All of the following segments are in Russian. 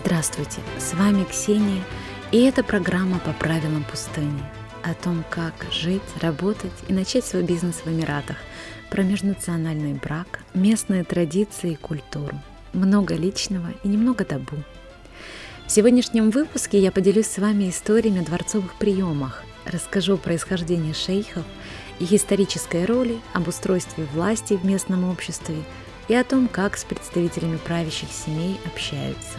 Здравствуйте, с вами Ксения, и это программа «По правилам пустыни» о том, как жить, работать и начать свой бизнес в Эмиратах, про межнациональный брак, местные традиции и культуру, много личного и немного табу. В сегодняшнем выпуске я поделюсь с вами историями о дворцовых приемах, расскажу о происхождении шейхов, их исторической роли, об устройстве власти в местном обществе и о том, как с представителями правящих семей общаются.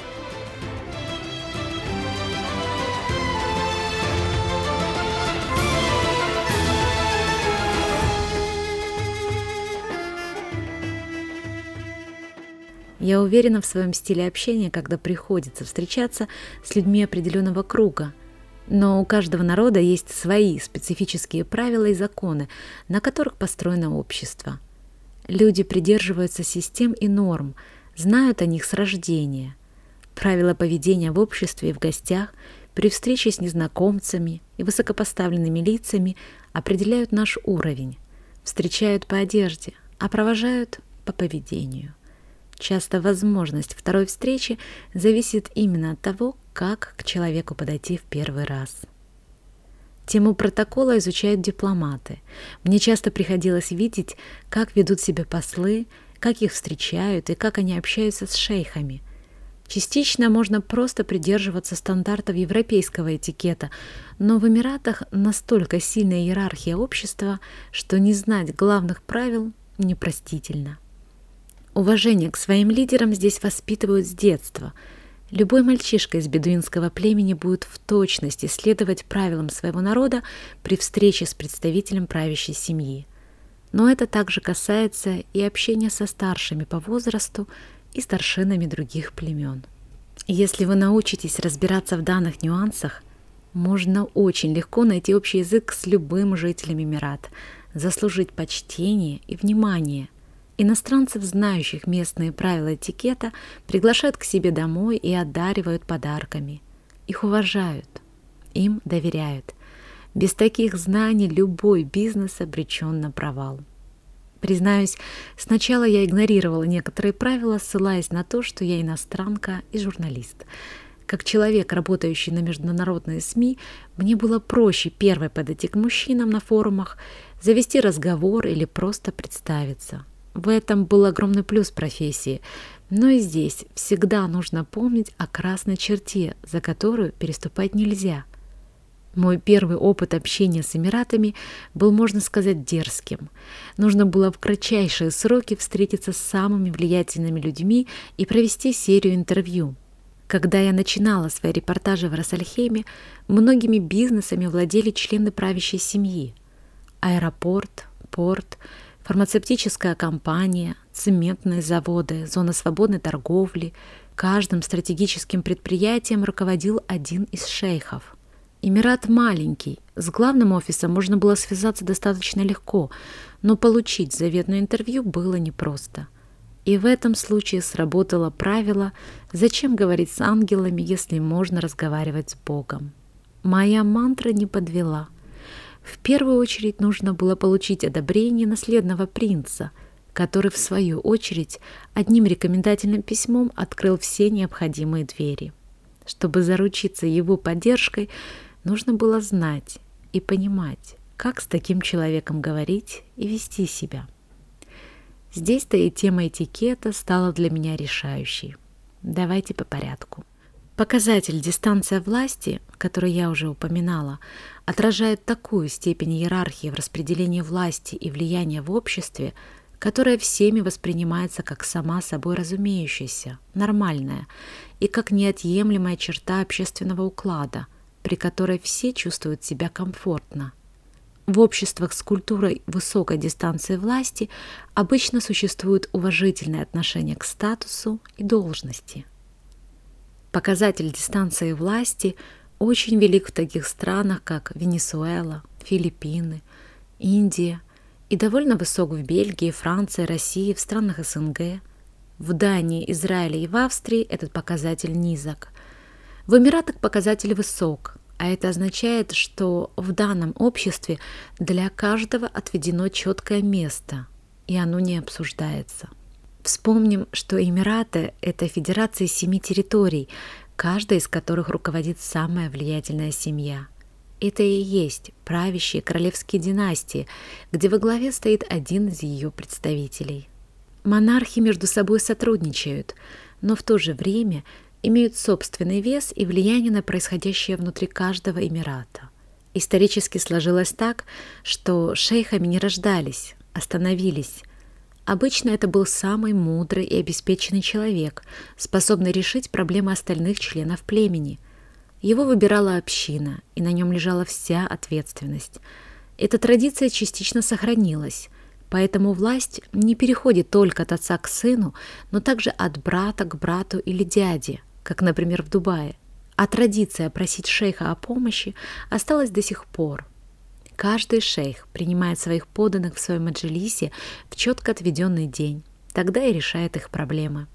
Я уверена в своем стиле общения, когда приходится встречаться с людьми определенного круга. Но у каждого народа есть свои специфические правила и законы, на которых построено общество. Люди придерживаются систем и норм, знают о них с рождения. Правила поведения в обществе и в гостях, при встрече с незнакомцами и высокопоставленными лицами определяют наш уровень, встречают по одежде, а провожают по поведению. Часто возможность второй встречи зависит именно от того, как к человеку подойти в первый раз. Тему протокола изучают дипломаты. Мне часто приходилось видеть, как ведут себя послы, как их встречают и как они общаются с шейхами. Частично можно просто придерживаться стандартов европейского этикета, но в Эмиратах настолько сильная иерархия общества, что не знать главных правил непростительно. Уважение к своим лидерам здесь воспитывают с детства. Любой мальчишка из бедуинского племени будет в точности следовать правилам своего народа при встрече с представителем правящей семьи. Но это также касается и общения со старшими по возрасту и старшинами других племен. Если вы научитесь разбираться в данных нюансах, можно очень легко найти общий язык с любым жителем Эмирата, заслужить почтение и внимание. Иностранцев, знающих местные правила этикета, приглашают к себе домой и одаривают подарками. Их уважают, им доверяют. Без таких знаний любой бизнес обречен на провал. Признаюсь, сначала я игнорировала некоторые правила, ссылаясь на то, что я иностранка и журналист. Как человек, работающий на международные СМИ, мне было проще первой подойти к мужчинам на форумах, завести разговор или просто представиться. В этом был огромный плюс профессии, но и здесь всегда нужно помнить о красной черте, за которую переступать нельзя. Мой первый опыт общения с Эмиратами был, можно сказать, дерзким. Нужно было в кратчайшие сроки встретиться с самыми влиятельными людьми и провести серию интервью. Когда я начинала свои репортажи в Рас-Аль-Хейме, многими бизнесами владели члены правящей семьи. Аэропорт, порт, фармацевтическая компания, цементные заводы, зона свободной торговли. Каждым стратегическим предприятием руководил один из шейхов. Эмират маленький, с главным офисом можно было связаться достаточно легко, но получить заветное интервью было непросто. И в этом случае сработало правило «Зачем говорить с ангелами, если можно разговаривать с Богом?». Моя мантра не подвела. В первую очередь нужно было получить одобрение наследного принца, который, в свою очередь, одним рекомендательным письмом открыл все необходимые двери. Чтобы заручиться его поддержкой, нужно было знать и понимать, как с таким человеком говорить и вести себя. Здесь-то и тема этикета стала для меня решающей. Давайте по порядку. Показатель «дистанция власти», который я уже упоминала, отражает такую степень иерархии в распределении власти и влияния в обществе, которая всеми воспринимается как сама собой разумеющаяся, нормальная и как неотъемлемая черта общественного уклада, при которой все чувствуют себя комфортно. В обществах с культурой высокой дистанции власти обычно существует уважительное отношение к статусу и должности. Показатель дистанции власти очень велик в таких странах, как Венесуэла, Филиппины, Индия и довольно высок в Бельгии, Франции, России, в странах СНГ. В Дании, Израиле и в Австрии этот показатель низок. В Эмиратах показатель высок, а это означает, что в данном обществе для каждого отведено четкое место, и оно не обсуждается. Вспомним, что Эмираты– это федерация 7 территорий, каждая из которых руководит самая влиятельная семья. Это и есть правящие королевские династии, где во главе стоит один из ее представителей. Монархи между собой сотрудничают, но в то же время имеют собственный вес и влияние на происходящее внутри каждого эмирата. Исторически сложилось так, что шейхами не рождались, а становились. Обычно это был самый мудрый и обеспеченный человек, способный решить проблемы остальных членов племени. Его выбирала община, и на нем лежала вся ответственность. Эта традиция частично сохранилась, поэтому власть не переходит только от отца к сыну, но также от брата к брату или дяде, как, например, в Дубае. А традиция просить шейха о помощи осталась до сих пор. Каждый шейх принимает своих подданных в своем маджлисе в четко отведенный день, тогда и решает их проблемы.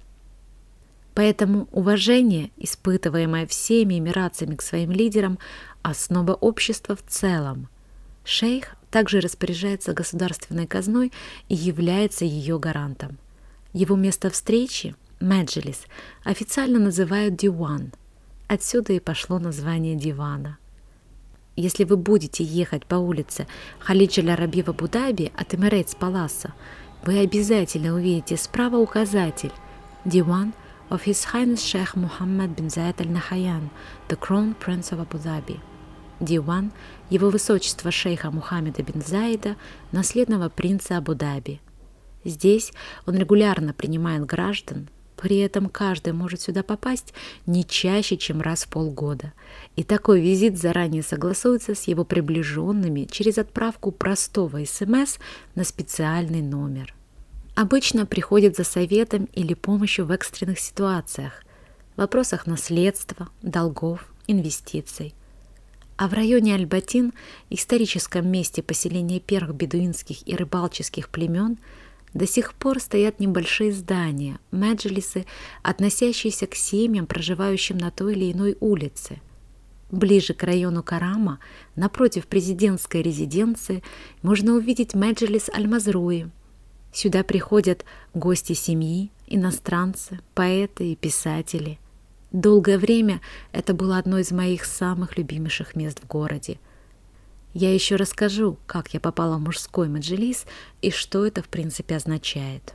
Поэтому уважение, испытываемое всеми эмиратцами к своим лидерам, основа общества в целом. Шейх также распоряжается государственной казной и является ее гарантом. Его место встречи, маджлис, официально называют диван. Отсюда и пошло название дивана. Если вы будете ехать по улице Халидж Аль-Араби в Абу-Даби от Emirates Паласа, вы обязательно увидите справа указатель «Диван of His Highness Sheikh Mohammed bin Zayed Al Nahyan, the Crown Prince of Abu Dhabi». Диван Его Высочества шейха Мухаммеда бин Заида, наследного принца Абу-Даби. Здесь он регулярно принимает граждан, при этом каждый может сюда попасть не чаще, чем раз в полгода. И такой визит заранее согласуется с его приближенными через отправку простого СМС на специальный номер. Обычно приходит за советом или помощью в экстренных ситуациях, вопросах наследства, долгов, инвестиций. А в районе Аль-Батин, историческом месте поселения первых бедуинских и рыбалческих племен, до сих пор стоят небольшие здания, маджлисы, относящиеся к семьям, проживающим на той или иной улице. Ближе к району Карама, напротив президентской резиденции, можно увидеть маджлис Аль-Мазруи. Сюда приходят гости семьи, иностранцы, поэты и писатели. Долгое время это было одно из моих самых любимейших мест в городе. Я еще расскажу, как я попала в мужской маджлис и что это в принципе означает.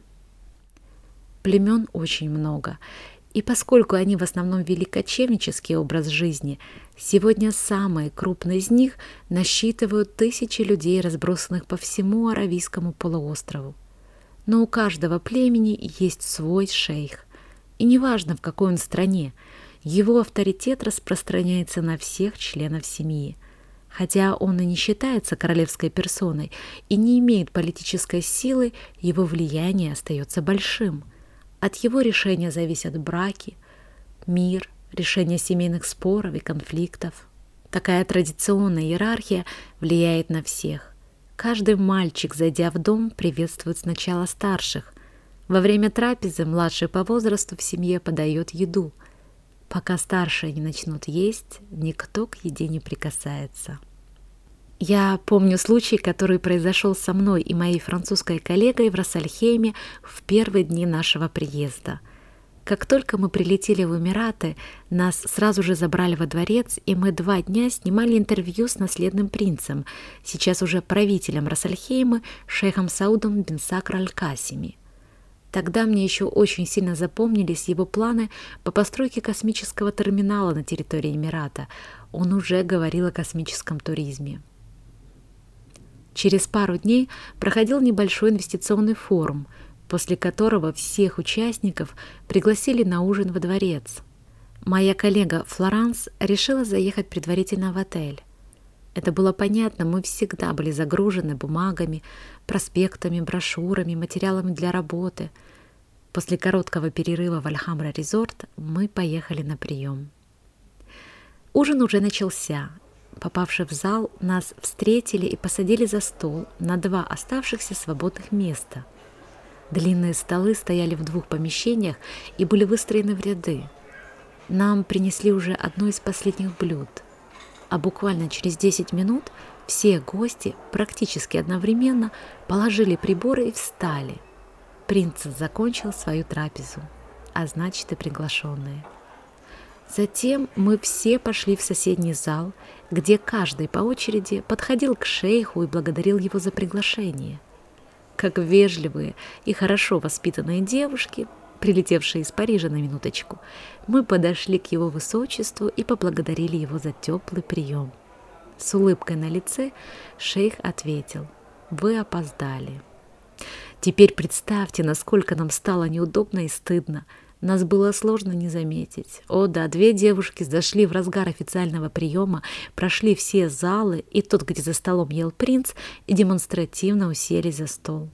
Племен очень много, и поскольку они в основном вели кочевнический образ жизни, сегодня самые крупные из них насчитывают тысячи людей, разбросанных по всему Аравийскому полуострову. Но у каждого племени есть свой шейх, и неважно, в какой он стране, его авторитет распространяется на всех членов семьи. Хотя он и не считается королевской персоной и не имеет политической силы, его влияние остается большим. От его решения зависят браки, мир, решение семейных споров и конфликтов. Такая традиционная иерархия влияет на всех. Каждый мальчик, зайдя в дом, приветствует сначала старших. Во время трапезы младший по возрасту в семье подает еду. Пока старшие не начнут есть, никто к еде не прикасается. Я помню случай, который произошел со мной и моей французской коллегой в Рас-Аль-Хейме в первые дни нашего приезда. Как только мы прилетели в Эмираты, нас сразу же забрали во дворец, и мы 2 дня снимали интервью с наследным принцем, сейчас уже правителем Рас-Аль-Хеймы, шейхом Саудом бин Сакр Аль-Касими. Тогда мне еще очень сильно запомнились его планы по постройке космического терминала на территории Эмирата. Он уже говорил о космическом туризме. Через пару дней проходил небольшой инвестиционный форум, после которого всех участников пригласили на ужин во дворец. Моя коллега Флоранс решила заехать предварительно в отель. Это было понятно, мы всегда были загружены бумагами, проспектами, брошюрами, материалами для работы. После короткого перерыва в Аль-Хамра-резорт мы поехали на прием. Ужин уже начался. Попавши в зал, нас встретили и посадили за стол на 2 оставшихся свободных места. Длинные столы стояли в 2 помещениях и были выстроены в ряды. Нам принесли уже одно из последних блюд. А буквально через 10 минут все гости практически одновременно положили приборы и встали. Принц закончил свою трапезу, а значит и приглашенные. Затем мы все пошли в соседний зал, где каждый по очереди подходил к шейху и благодарил его за приглашение. Как вежливые и хорошо воспитанные девушки, прилетевшие из Парижа на минуточку, мы подошли к его высочеству и поблагодарили его за теплый прием. С улыбкой на лице шейх ответил: «Вы опоздали». Теперь представьте, насколько нам стало неудобно и стыдно. Нас было сложно не заметить. О да, 2 девушки зашли в разгар официального приема, прошли все залы, и тот, где за столом ел принц, и демонстративно уселись за стол.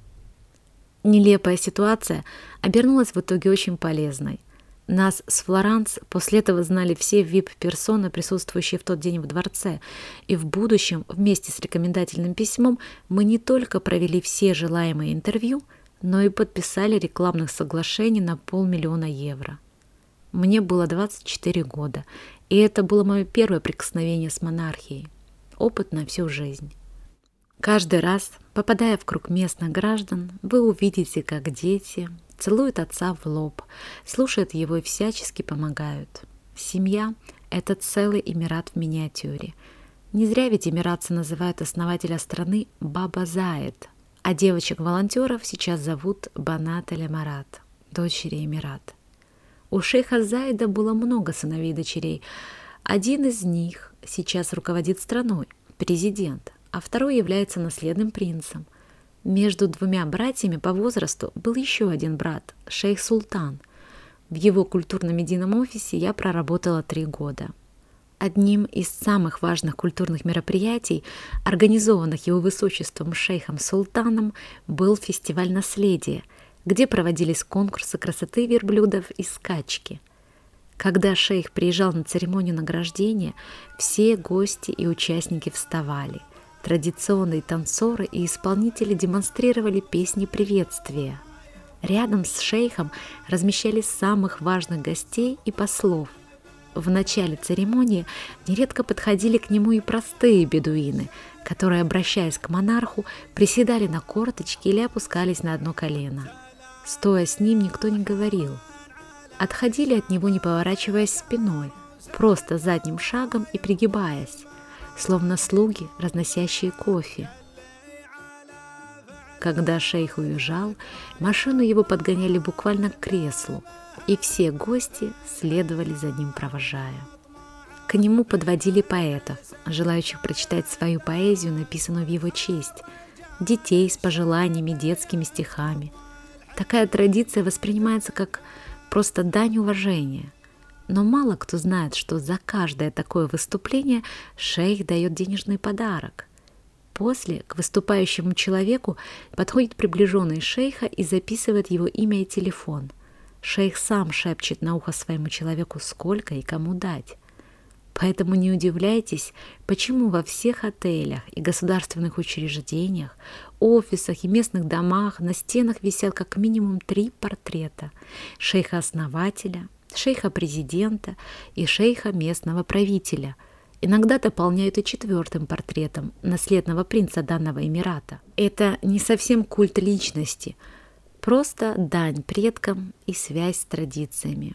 Нелепая ситуация обернулась в итоге очень полезной. Нас с Флоранс после этого знали все VIP-персоны, присутствующие в тот день в дворце, и в будущем вместе с рекомендательным письмом мы не только провели все желаемые интервью, но и подписали рекламных соглашений на 500 000 евро. Мне было 24 года, и это было мое первое прикосновение с монархией. Опыт на всю жизнь. Каждый раз, попадая в круг местных граждан, вы увидите, как дети целуют отца в лоб, слушают его и всячески помогают. Семья – это целый эмират в миниатюре. Не зря ведь эмиратцы называют основателя страны Баба Заид, а девочек-волонтеров сейчас зовут Банат эль-Эмарат, дочери Эмират. У шейха Заида было много сыновей и дочерей. Один из них сейчас руководит страной, президент, а второй является наследным принцем. Между 2 братьями по возрасту был еще один брат, шейх Султан. В его культурно-медийном офисе я проработала 3 года. Одним из самых важных культурных мероприятий, организованных его высочеством шейхом Султаном, был фестиваль наследия, где проводились конкурсы красоты верблюдов и скачки. Когда шейх приезжал на церемонию награждения, все гости и участники вставали. Традиционные танцоры и исполнители демонстрировали песни приветствия. Рядом с шейхом размещались самых важных гостей и послов. В начале церемонии нередко подходили к нему и простые бедуины, которые, обращаясь к монарху, приседали на корточки или опускались на одно колено. Стоя с ним, никто не говорил. Отходили от него, не поворачиваясь спиной, просто задним шагом и пригибаясь, словно слуги, разносящие кофе. Когда шейх уезжал, машину его подгоняли буквально к креслу, и все гости следовали за ним, провожая. К нему подводили поэтов, желающих прочитать свою поэзию, написанную в его честь, детей с пожеланиями, детскими стихами. Такая традиция воспринимается как просто дань уважения. Но мало кто знает, что за каждое такое выступление шейх дает денежный подарок. После к выступающему человеку подходит приближенный шейха и записывает его имя и телефон. Шейх сам шепчет на ухо своему человеку, сколько и кому дать. Поэтому не удивляйтесь, почему во всех отелях и государственных учреждениях, офисах и местных домах на стенах висят как минимум 3 портрета шейха-основателя, шейха-президента и шейха местного правителя. Иногда дополняют и 4-м портретом наследного принца данного эмирата. Это не совсем культ личности, просто дань предкам и связь с традициями.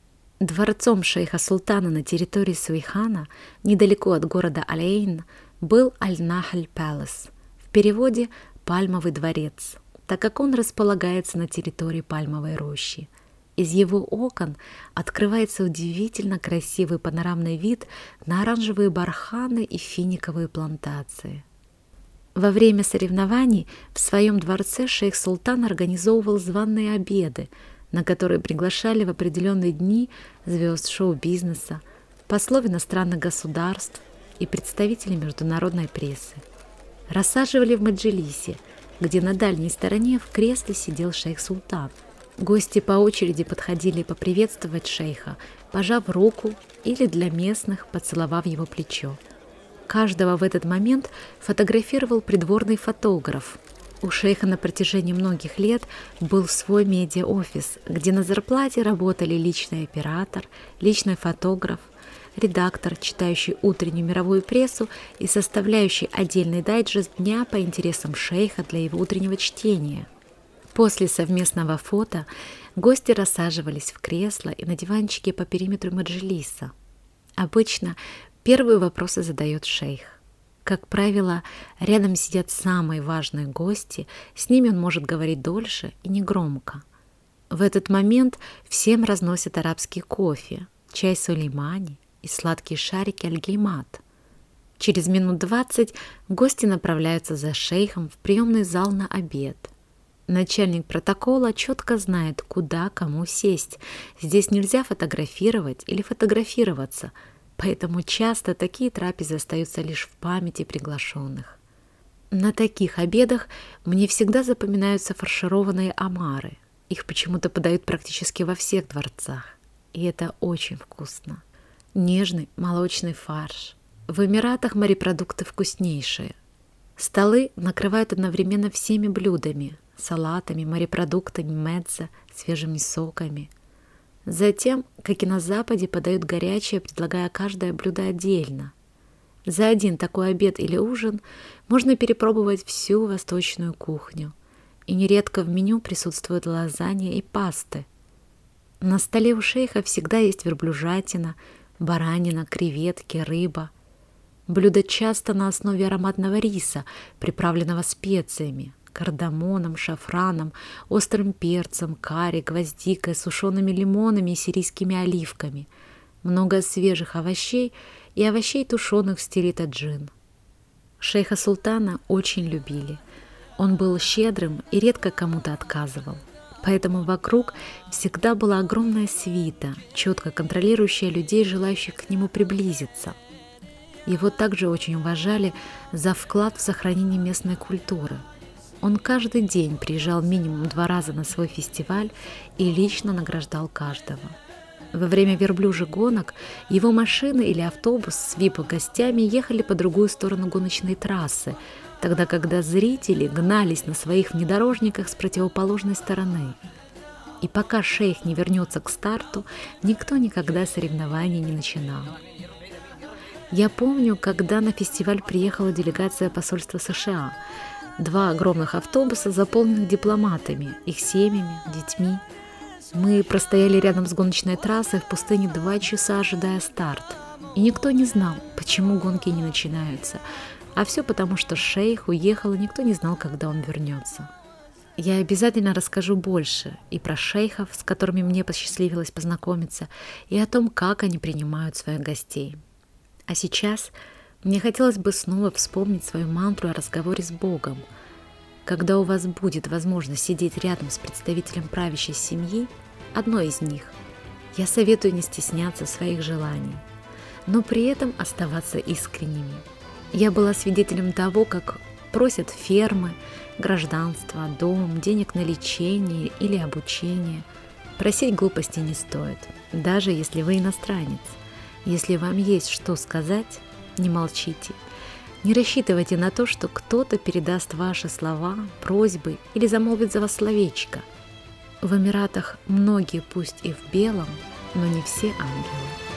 Дворцом шейха Султана на территории Суйхана, недалеко от города Аль-Эйн, был Аль-Нахль Пэлас, в переводе «Пальмовый дворец», так как он располагается на территории пальмовой рощи. Из его окон открывается удивительно красивый панорамный вид на оранжевые барханы и финиковые плантации. Во время соревнований в своем дворце шейх Султан организовывал званые обеды, на которые приглашали в определенные дни звезд шоу-бизнеса, послов иностранных государств и представителей международной прессы. Рассаживали в Меджлисе, где на дальней стороне в кресле сидел шейх Султан. Гости по очереди подходили поприветствовать шейха, пожав руку или для местных поцеловав его плечо. Каждого в этот момент фотографировал придворный фотограф. У шейха на протяжении многих лет был свой медиа-офис, где на зарплате работали личный оператор, личный фотограф, редактор, читающий утреннюю мировую прессу и составляющий отдельный дайджест дня по интересам шейха для его утреннего чтения. После совместного фото гости рассаживались в кресла и на диванчике по периметру маджлиса. Обычно первые вопросы задает шейх. Как правило, рядом сидят самые важные гости, с ними он может говорить дольше и негромко. В этот момент всем разносят арабский кофе, чай сулеймани и сладкие шарики аль-геймат. Через минут 20 гости направляются за шейхом в приемный зал на обед. Начальник протокола четко знает, куда кому сесть. Здесь нельзя фотографировать или фотографироваться, поэтому часто такие трапезы остаются лишь в памяти приглашенных. На таких обедах мне всегда запоминаются фаршированные омары. Их почему-то подают практически во всех дворцах, и это очень вкусно. Нежный молочный фарш. В Эмиратах морепродукты вкуснейшие. Столы накрывают одновременно всеми блюдами, салатами, морепродуктами, медза, свежими соками. Затем, как и на Западе, подают горячее, предлагая каждое блюдо отдельно. За один такой обед или ужин можно перепробовать всю восточную кухню, и нередко в меню присутствуют лазанья и пасты. На столе у шейха всегда есть верблюжатина, баранина, креветки, рыба. Блюда часто на основе ароматного риса, приправленного специями, кардамоном, шафраном, острым перцем, карри, гвоздикой, сушеными лимонами и сирийскими оливками, много свежих овощей и овощей, тушеных в стиле таджин. Шейха Султана очень любили. Он был щедрым и редко кому-то отказывал. Поэтому вокруг всегда была огромная свита, четко контролирующая людей, желающих к нему приблизиться. Его также очень уважали за вклад в сохранение местной культуры. Он каждый день приезжал минимум 2 раза на свой фестиваль и лично награждал каждого. Во время верблюжьих гонок его машины или автобус с VIP-гостями ехали по другую сторону гоночной трассы, тогда когда зрители гнались на своих внедорожниках с противоположной стороны. И пока шейх не вернется к старту, никто никогда соревнований не начинал. Я помню, когда на фестиваль приехала делегация посольства США. 2 огромных автобуса, заполненных дипломатами, их семьями, детьми. Мы простояли рядом с гоночной трассой в пустыне 2 часа, ожидая старт. И никто не знал, почему гонки не начинаются. А все потому, что шейх уехал, и никто не знал, когда он вернется. Я обязательно расскажу больше и про шейхов, с которыми мне посчастливилось познакомиться, и о том, как они принимают своих гостей. А сейчас мне хотелось бы снова вспомнить свою мантру о разговоре с Богом. Когда у вас будет возможность сидеть рядом с представителем правящей семьи, одной из них, я советую не стесняться своих желаний, но при этом оставаться искренними. Я была свидетелем того, как просят фермы, гражданство, дом, денег на лечение или обучение. Просить глупости не стоит, даже если вы иностранец. Если вам есть что сказать, не молчите. Не рассчитывайте на то, что кто-то передаст ваши слова, просьбы или замолвит за вас словечко. В Эмиратах многие, пусть и в белом, но не все ангелы.